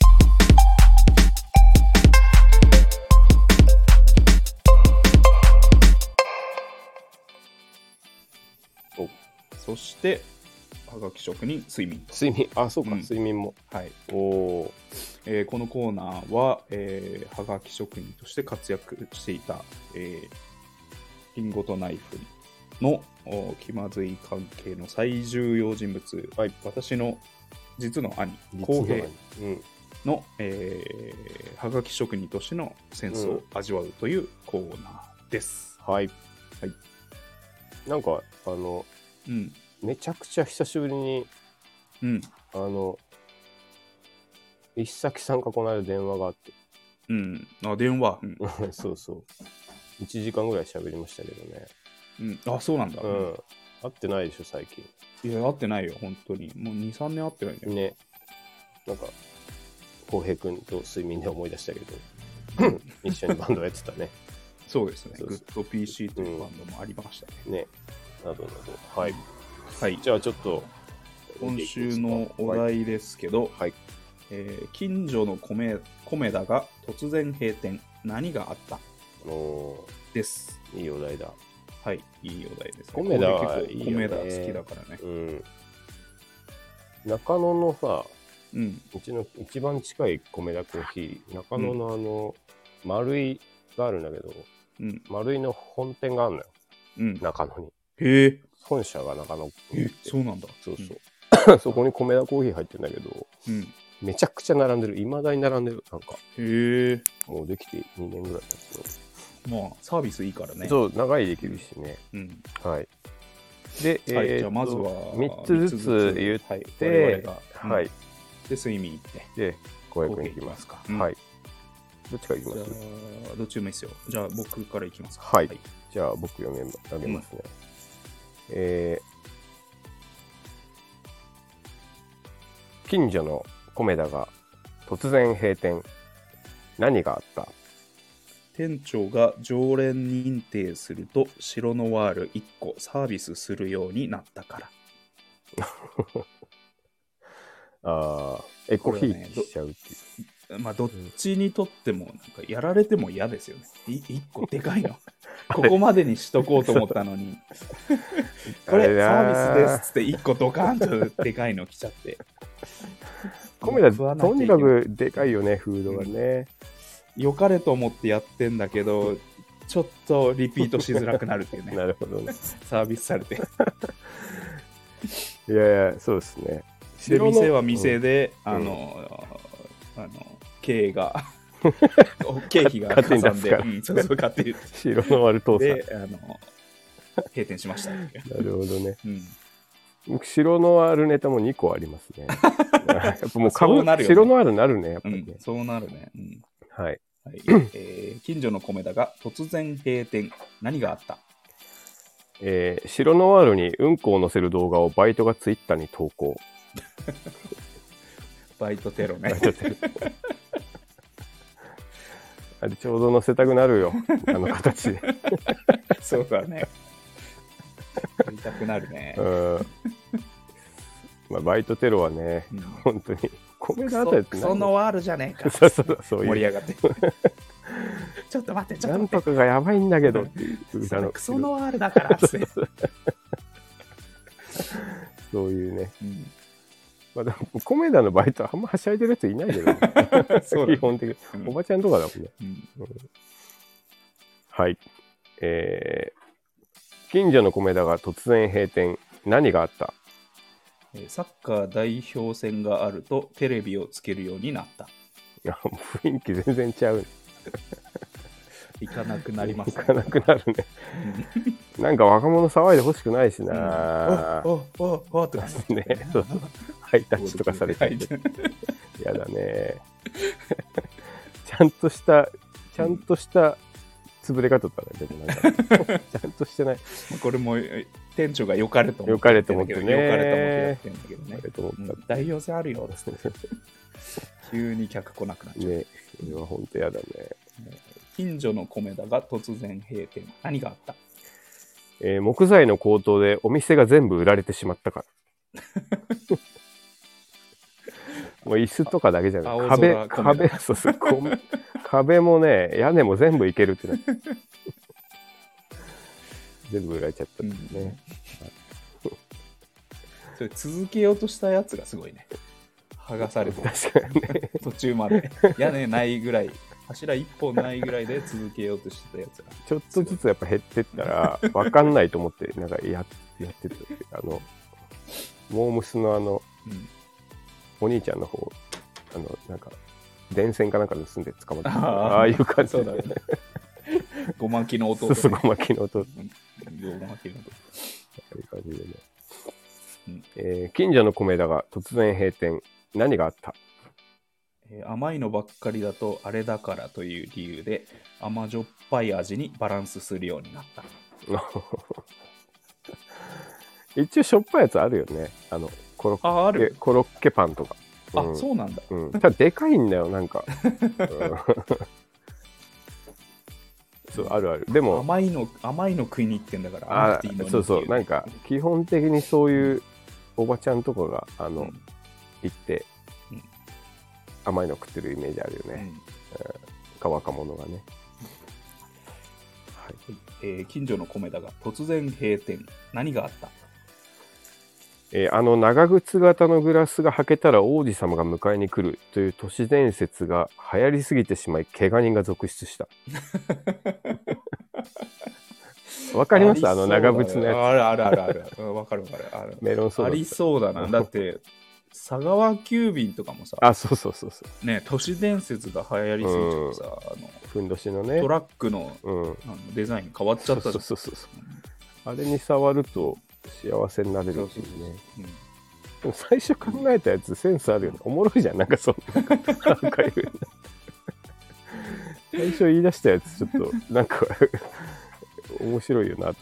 Speaker 1: おそしてはがき職人睡眠
Speaker 2: 睡眠あそうか、うん、睡眠も
Speaker 1: はい
Speaker 2: お、
Speaker 1: えー、このコーナーは、えー、はがき職人として活躍していた、えー、リンゴとナイフの気まずい関係の最重要人物、はい、私の実の兄公平の、うんえー、はがき職人としてのセンスを味わうというコーナーです、
Speaker 2: うん、はい、
Speaker 1: はい、
Speaker 2: なんかあの、うん、めちゃくちゃ久しぶりに、
Speaker 1: うん、
Speaker 2: あの石崎さんかこの間電話があって、
Speaker 1: うん、あ電話、うん、
Speaker 2: そうそういちじかんぐらい喋りましたけどね。
Speaker 1: うん、あ、そうなんだ。
Speaker 2: うん。会ってないでしょ、最近。
Speaker 1: いや、会ってないよ、本当に。もうに、さんねん会ってないんだよ。
Speaker 2: ね。なんか、浩平君と睡眠で思い出したけど、一緒にバンドやってたね。
Speaker 1: そうですね。グッド ピーシー というバンドもありましたね。
Speaker 2: うん、ね。などなど。はい。
Speaker 1: はい。
Speaker 2: じゃあちょっと、
Speaker 1: 今週のお題ですけど、
Speaker 2: はい。
Speaker 1: えー、近所の米、米田が突然閉店。何があった
Speaker 2: お
Speaker 1: です。
Speaker 2: いいお題だ。
Speaker 1: はい、いいお題ですね。
Speaker 2: 米田はいいよね。
Speaker 1: 米田好きだからね。
Speaker 2: うん。中野のさ、
Speaker 1: うん、
Speaker 2: うちの一番近い米田コーヒー、中野のあの、うん、丸井があるんだけど、うん、丸井の本店があるのよ。うん、中野に。
Speaker 1: へえ。
Speaker 2: 本社が中野。
Speaker 1: え、そうなんだ。
Speaker 2: そうそう。うん、そこに米田コーヒー入ってるんだけど、
Speaker 1: うん、
Speaker 2: めちゃくちゃ並んでる。未だに並んでる。なんか。
Speaker 1: へえ。
Speaker 2: もうできてにねんぐらい経つの。
Speaker 1: まあ、サービスいいからね。
Speaker 2: そう、長いできるしね。
Speaker 1: うん。
Speaker 2: はい。で、
Speaker 1: はい、
Speaker 2: えー、
Speaker 1: じゃあまずは
Speaker 2: みっつずつ言って、
Speaker 1: はい。
Speaker 2: はい、
Speaker 1: で、睡眠行って。
Speaker 2: で、浩平君いきますか。うん、はい。どっちからいきます？
Speaker 1: じゃあ、どっちでもいいですよ。じゃあ、僕からいきますか。
Speaker 2: はい。はい、じゃあ、僕読み上げますね。うん、えー、近所の米田が突然閉店。何があった？
Speaker 1: 店長が常連認定すると白ノワールいっこサービスするようになったから
Speaker 2: ああ、エコひいきしちゃうっていう、
Speaker 1: ね、まあどっちにとってもなんかやられても嫌ですよね。いいっこでかいのここまでにしとこうと思ったのにこれサービスですっつっていっこドカーンとでかいの来ちゃって
Speaker 2: 米田とにかくでかいよね、フードがね。
Speaker 1: 良かれと思ってやってんだけど、ちょっとリピートしづらくなるっていうね。
Speaker 2: なるほどね。
Speaker 1: サービスされて。
Speaker 2: いやいや、そうですね。
Speaker 1: で店は店で、うん、あの、うん、あの経営が経費がかさんで、うん、そうそう買ってる。
Speaker 2: 白ノワール父さん
Speaker 1: で、あの閉店しました。
Speaker 2: なるほどね。
Speaker 1: うん
Speaker 2: 白ノワールネタもにこありますね。やっぱもう株なるよ、ね、白ノワールになるね、やっぱりね。
Speaker 1: うん、そうなるね。うん、
Speaker 2: はい。
Speaker 1: はいえー、近所の米田が突然閉店。何があった？
Speaker 2: えー、白ノワールにうんこを載せる動画をバイトがツイッターに投稿。
Speaker 1: バイトテロね。
Speaker 2: バイトテロあれちょうど載せたくなるよ、あの形で。
Speaker 1: そうだね。やりたくなるね。
Speaker 2: うんまあ、バイトテロはね、うん、本当に米田あたりって
Speaker 1: クソノワールじゃねえか。
Speaker 2: そうそうそういう
Speaker 1: 盛り上がってちょっと待ってちょっと待って
Speaker 2: なんとかがやばいんだけどっていう
Speaker 1: 歌のクソノワールだからって
Speaker 2: そういうね、
Speaker 1: うん
Speaker 2: まあ、でも米田のバイトはあんまはしゃいでるやついないけど、ね、そう基本的に、うん、おばちゃんとかだもんね、
Speaker 1: うんうん、
Speaker 2: はいえー、近所の米田が突然閉店。何があった？
Speaker 1: サッカー代表戦があるとテレビをつけるようになった。
Speaker 2: いや雰囲気全然ちゃう
Speaker 1: 行かなくなります、
Speaker 2: ね、行かなくなるねなんか若者騒いでほしくないしな、
Speaker 1: うん、おおおおって感じ
Speaker 2: ね、そうそうハイタッチとかされてやだねちゃんとしたちゃんとした潰れ方だね、でもなんかちゃんとしてない。
Speaker 1: これも店長が良かれと思って
Speaker 2: 良かれと思ってね、
Speaker 1: 良かれと思ってやってんだけどね、
Speaker 2: と思った、うん、
Speaker 1: 大陽性あるよっつって急に客来なくなっちゃうね。
Speaker 2: それは本当やだね。
Speaker 1: 近所の米田が突然閉店。何があった？
Speaker 2: えー、木材の高騰でお店が全部売られてしまったからもう椅子とかだけじゃない、壁壁そうそう壁もね屋根も全部いけるってね全部売られちゃったんですね、
Speaker 1: うん、それ続けようとしたやつがすごいね。剥がされて
Speaker 2: 確かに、ね、
Speaker 1: 途中まで屋根ないぐらい柱一本ないぐらいで続けようとしてたやつが
Speaker 2: ちょっとずつやっぱ減ってったら分かんないと思ってなんか や, やってたあのモームスのあの、うん、お兄ちゃんの方あのなんか電線かなんか盗んで捕まってた あ, ああいう感じ
Speaker 1: そうだねごまきの弟、
Speaker 2: ね、そうそうごまきの弟、
Speaker 1: うん、ごまきの弟
Speaker 2: ああいう感じでね、うんえー、近所の米田が突然閉店。何があった？
Speaker 1: えー、甘いのばっかりだとあれだからという理由で甘じょっぱい味にバランスするようになった
Speaker 2: 一応しょっぱいやつあるよね。あのコロッケ、
Speaker 1: あある
Speaker 2: コロッケパンとか。
Speaker 1: あ、うん、そうなんだ。
Speaker 2: うん。ただでかいんだよなんか。うん、そうあるある。でも
Speaker 1: 甘いの甘いの食いに行ってんだから。
Speaker 2: ああそうそうなんか基本的にそういうおばちゃんとかがあの、うん、行って、うん、甘いの食ってるイメージあるよね。うん、若者がね。
Speaker 1: はいえー、近所の米田が突然閉店。何があった？
Speaker 2: えー、あの長靴型のグラスが履けたら王子様が迎えに来るという都市伝説が流行りすぎてしまい怪我人が続出したわかります？ あ, あの長靴のやつ
Speaker 1: あるあるあるあるわかるわかるある
Speaker 2: メロンソーダ
Speaker 1: ありそうだなだって佐川急便とかもさ
Speaker 2: あそうそうそうそう
Speaker 1: ね都市伝説が流行りすぎちゃってさ、うん、あの
Speaker 2: ふんどしのね
Speaker 1: トラック の,、うん、あのデザイン変わっちゃったじゃん。
Speaker 2: そうそうそうそうあれに触ると幸せになれるっていうね。でも最初考えたやつセンスあるよね。おもろいじゃんなんかそんななんか言う最初言い出したやつちょっとなんか面白いよなと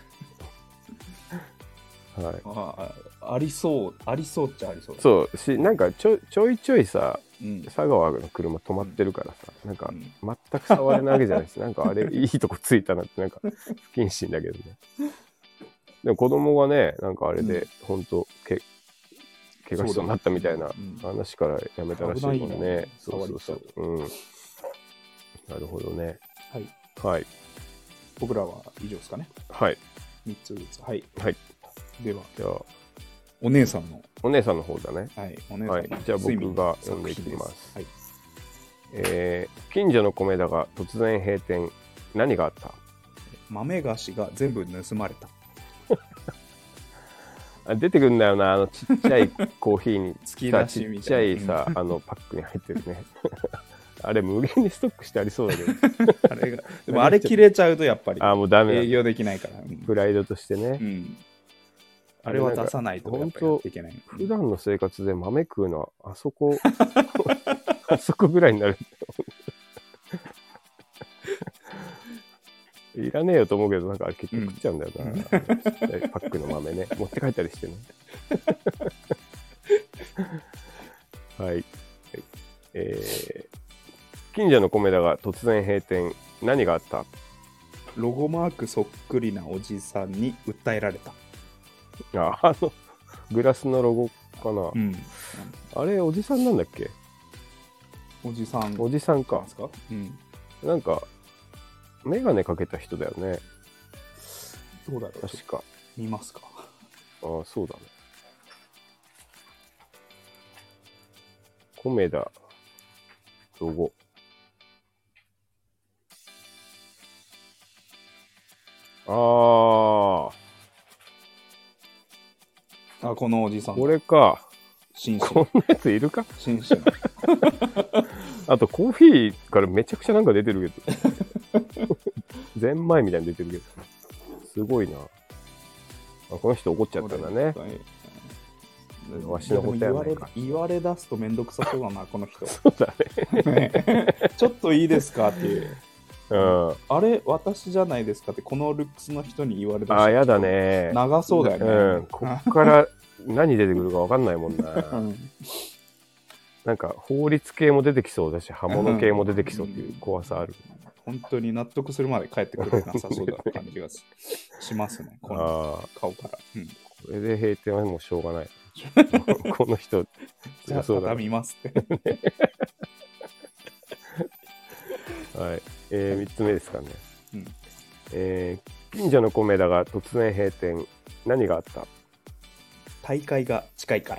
Speaker 2: 思って。はい。
Speaker 1: ああ、ありそうありそうっちゃありそうだ、ね。
Speaker 2: そうしなんかちょちょいちょいさ、うん、佐川の車止まってるからさ、うん、なんか全く触れないわけじゃないし、なんかあれいいとこついたなってなんか不謹慎だけどね。でも子供がねなんかあれで本当、うん、け怪我しそうになったみたいな話からやめたらしいもんね。ねそうそうそう。うん。なるほどね。
Speaker 1: はい。
Speaker 2: はい。
Speaker 1: 僕らは以上ですかね。
Speaker 2: はい。
Speaker 1: みっつずつ。はい。
Speaker 2: はい。
Speaker 1: では、
Speaker 2: じゃあ、
Speaker 1: お姉さんの。
Speaker 2: お姉さんの方だね。
Speaker 1: はい。お姉さんの、
Speaker 2: はい。じゃあ僕が読んでいきます。
Speaker 1: はい。
Speaker 2: えー、近所の米田が突然閉店。何があった？
Speaker 1: 豆菓子が全部盗まれた。
Speaker 2: 出てくるんだよなあのちっちゃいコーヒーに
Speaker 1: 月出しみたいな
Speaker 2: ちっちゃいさあのパックに入ってるねあれ無限にストックしてありそうだけど
Speaker 1: あれがでもあれ切れちゃうとやっぱり
Speaker 2: あもうダメ
Speaker 1: 営業できないから、うん、
Speaker 2: プライドとしてね、
Speaker 1: うん、あれは出さないとやっぱりやっていけない。
Speaker 2: 普段の生活で豆食うのはあそこあそこぐらいになるいらねえよと思うけどなんかあれ結局食っちゃうんだよな、うん、パックの豆ね持って帰ったりしてねはい、はい、えー、近所の米田が突然閉店。何があった？
Speaker 1: ロゴマークそっくりなおじさんに訴えられた。
Speaker 2: ああのグラスのロゴかな、うん、あれおじさんなんだっけ？
Speaker 1: おじさん
Speaker 2: おじさんか
Speaker 1: なんですか、うん、
Speaker 2: なんかメガネかけた人だよね。
Speaker 1: どうだろう
Speaker 2: 確か。
Speaker 1: 見ますか。
Speaker 2: ああ、そうだね。コメダロゴ。あ
Speaker 1: あ。あ、このおじさん。
Speaker 2: これか。
Speaker 1: 紳士。
Speaker 2: こんなやついるか？
Speaker 1: 紳士。
Speaker 2: あとコーヒーからめちゃくちゃなんか出てるけど。 ゼンマイみたいに出てるけど、すごいな。あ、この人怒っちゃったんだね。わしのことやないか。
Speaker 1: 言われ出すとめんどくさそうだな、この人。
Speaker 2: そうだね。
Speaker 1: ちょっといいですかっていう。
Speaker 2: うん、
Speaker 1: あれ私じゃないですかってこのルックスの人に言われ出した。
Speaker 2: あ、やだね。
Speaker 1: 長そうだよね。
Speaker 2: うん、こっから何出てくるか分かんないもんな。うん、なんか法律系も出てきそうだし、刃物系も出てきそうっていう怖さある。
Speaker 1: 本当に納得するまで帰ってくるなさそうだ感じがしますね。この顔から。うん、
Speaker 2: これで閉店はもうしょうがない。この人、
Speaker 1: じゃあ畳みますって。
Speaker 2: はい、えー、みっつめですかね。うん、えー、近所の米田が突然閉店。何があった？
Speaker 1: 大会が近いから。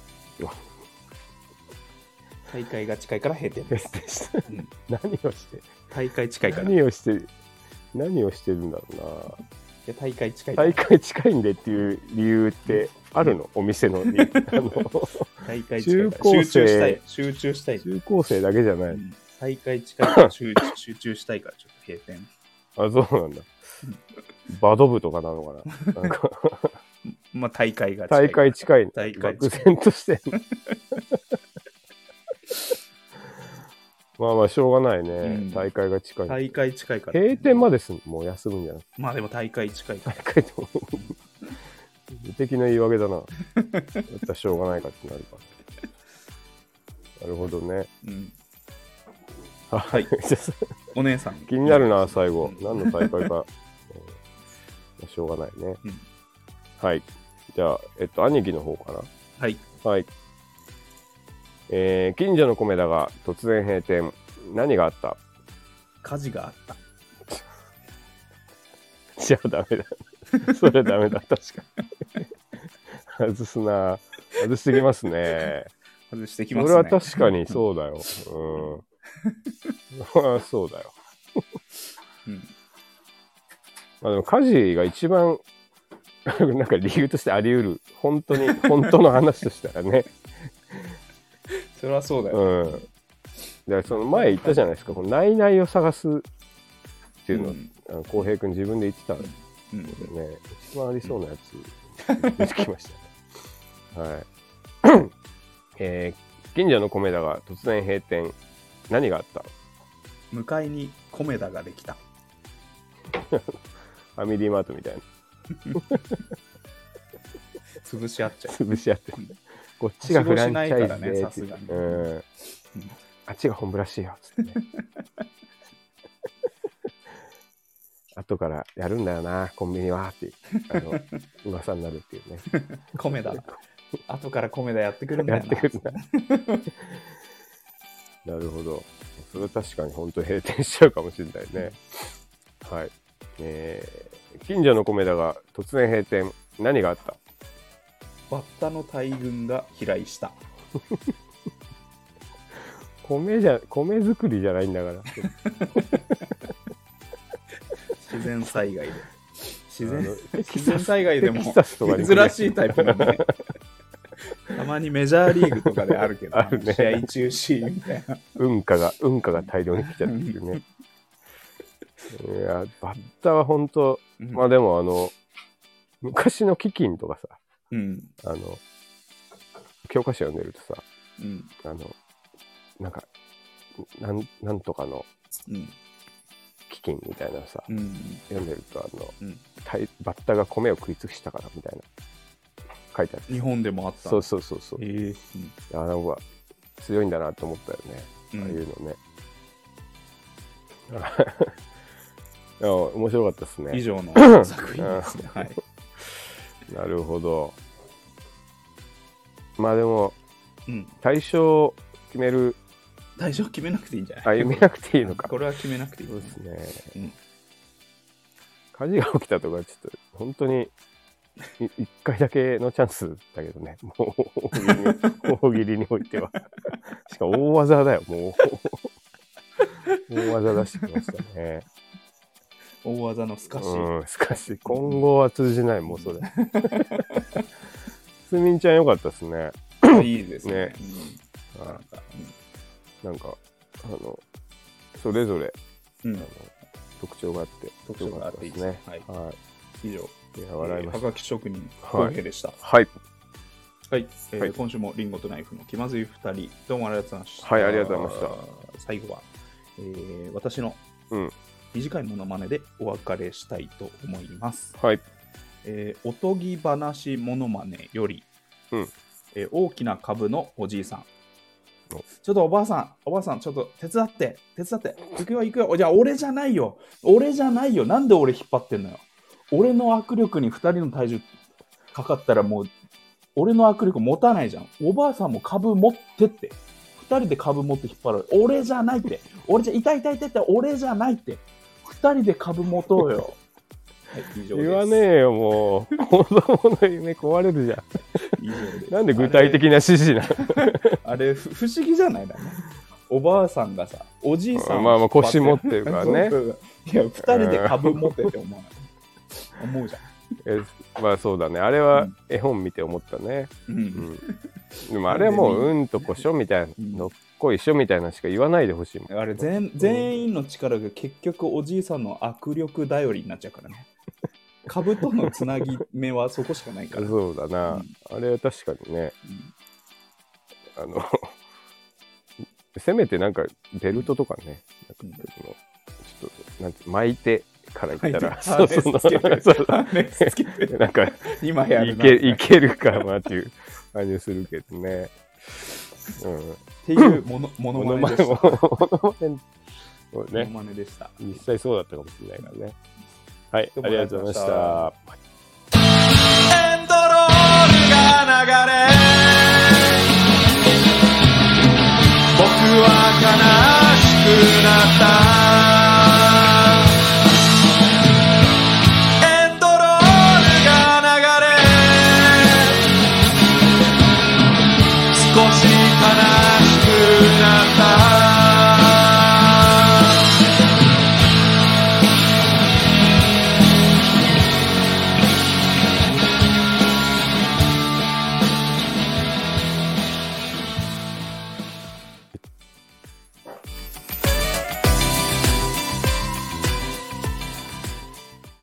Speaker 1: 大会が近いから閉店です。
Speaker 2: うん、何をして
Speaker 1: 大会近いから。
Speaker 2: 何をして何をしてるんだろうな。い
Speaker 1: や大会近い。
Speaker 2: 大会近いんでっていう理由ってあるの？うん、お店の理由。あの
Speaker 1: 大会近いから集中したい。集中したい。
Speaker 2: 中高生だけじゃない。うん、
Speaker 1: 大会近いから集集中したいからちょっと閉店。
Speaker 2: あ、そうなんだ。バド部とかなのかな。なんか
Speaker 1: まあ大会が近い。
Speaker 2: 大会近い。
Speaker 1: 大会
Speaker 2: 漠然として。まあまあしょうがないね。うん、大会が近い。
Speaker 1: 大会近いから、
Speaker 2: ね。閉店まですんもう休むんじゃない？
Speaker 1: まあでも大会近いから。
Speaker 2: 大会と無敵な言い訳だな。だったらしょうがないかってなるから。なるほどね。うん、
Speaker 1: はい。お姉さん。
Speaker 2: 気になるな、最後。うん、何の大会か。うん、しょうがないね。うん、はい。じゃあ、えっと、兄貴の方かな。
Speaker 1: はい。
Speaker 2: はい。えー、近所の米田が突然閉店。何があった？
Speaker 1: 火事があった。
Speaker 2: じゃあダメだ。それダメだ、確かに。外すな。外してきますね。
Speaker 1: 外してきますね。
Speaker 2: それは確かにそうだよ。うん。そうだよ。うん、まあでも火事が一番なんか理由としてあり得る。本当に、本当の話としたらね。
Speaker 1: それはそうだよ、
Speaker 2: うん。だからその前言ったじゃないですか、この内々を探すっていうのは、うん、浩平君自分で言ってたのでね、うん、一番ありそうなやつ出てきましたね。はい。えー、近所の米田が突然閉店。何があった？
Speaker 1: 向かいに米田ができた。
Speaker 2: ファミリーマートみたいな。
Speaker 1: 潰し合っちゃう。
Speaker 2: 潰し合ってる。こっちがフランチャイズで、さすがに。うん。あっちが本部らしいよ、つってね。後からやるんだよな、コンビニはっていう、あの、噂になるっていうね。
Speaker 1: 米田。後から米田やってくるんだよな。
Speaker 2: やってくるんだ。なるほど。それ確かに本当に閉店しちゃうかもしれないね。はい。えー、近所の米田が突然閉店。何があった？
Speaker 1: バッタの大群が飛来した。
Speaker 2: 米じゃ、米作りじゃないんだから。
Speaker 1: 自然災害で。自然、自然災害でも珍しいタイプのね。たまにメジャーリーグとかであるけど、あるね、試合中止みたいな。
Speaker 2: 運河が、運河が大量に来ちゃってるね。いや、バッタは本当、うん、まあでもあの、昔の飢饉とかさ、うん、あの、教科書読んでるとさ、うん、あの、なんか、なん、なんとかの飢饉みたいなさ、うん、読んでると、あの、うん、バッタが米を食い尽くしたからみたいな。書いてある。
Speaker 1: 日本でもあった。
Speaker 2: そうそうそうそう。えー、うん、いやなんか強いんだなと思ったよね。うん、ああいうのね。いや面白かったですね。
Speaker 1: 以上の作品ですね。はい。
Speaker 2: なるほど。まあでも、うん、対象決める。
Speaker 1: 対象決めなくていいんじゃない？
Speaker 2: あ、決めなくていいのか。
Speaker 1: これは決めなくていい。
Speaker 2: そうですね。うん、火事が起きたとかちょっと本当に。一回だけのチャンスだけどね、もう大喜利においては。しかも大技だよ、もう。大技出してきましたね。
Speaker 1: 大技のスカシ。
Speaker 2: うん、スカシ。今後は通じない、もうそれ。すみんちゃんよかったですね。
Speaker 1: いいですね。ね、
Speaker 2: うん、なんか、あの、それぞれ、うん、あの特徴があって
Speaker 1: 特徴があっていいですね。はい。はい、以上、
Speaker 2: いや笑いました。
Speaker 1: はがき職人浩平でした。
Speaker 2: はい。
Speaker 1: はい、えーはい、今週もリンゴとナイフの気まずいふたり、どうもありがとうございました。
Speaker 2: はい、ありがとうございました。
Speaker 1: 最後は、えー、私の短いモノマネでお別れしたいと思います。
Speaker 2: はい。
Speaker 1: えー、おとぎ話モノマネより、
Speaker 2: うん
Speaker 1: えー、大きな株のおじいさん。ちょっとおばあさん、おばあさん、ちょっと手伝って、手伝って、行くよ行くよ。じゃあ俺じゃないよ、俺じゃないよ。なんで俺引っ張ってんのよ。俺の握力にふたりの体重かかったらもう、俺の握力持たないじゃん。おばあさんも株持ってって。ふたりで株持って引っ張る。俺じゃないって。俺じゃ、痛い痛い痛いって、俺じゃないって。ふたりで株持とうよ。はい、以上です。
Speaker 2: 言わねえよ、もう。子供の夢壊れるじゃん。以上です。なんで具体的な指示なの？
Speaker 1: あれ、不思議じゃないだね。おばあさんがさ、おじいさんを
Speaker 2: まあまあ腰持ってるからね。
Speaker 1: いや、ふたりで株持ってって思わない。思うじゃん。
Speaker 2: えまあそうだね。あれは絵本見て思ったね。うんうん、でもあれはもううんとこしょみたいな、のっこいしょみたいなしか言わないでほしいもん。
Speaker 1: あれ 全, 全員の力が結局おじいさんの握力頼りになっちゃうからね。株とのつなぎ目はそこしかないから。
Speaker 2: そうだな、うん、あれは確かにね、うん、あのせめてなんかベルトとかね、なんかそのちょっとなんて巻いてから言ったら、そうそうそうなんか
Speaker 1: 今やる
Speaker 2: いけいけるかなっていう感じするけどね。うん、
Speaker 1: っていうものモノマネでした。モノマネでした。
Speaker 2: 実際そうだったかもしれないからね。はい、ありがとうございました。エンドロールが流れ、僕は悲しくなった。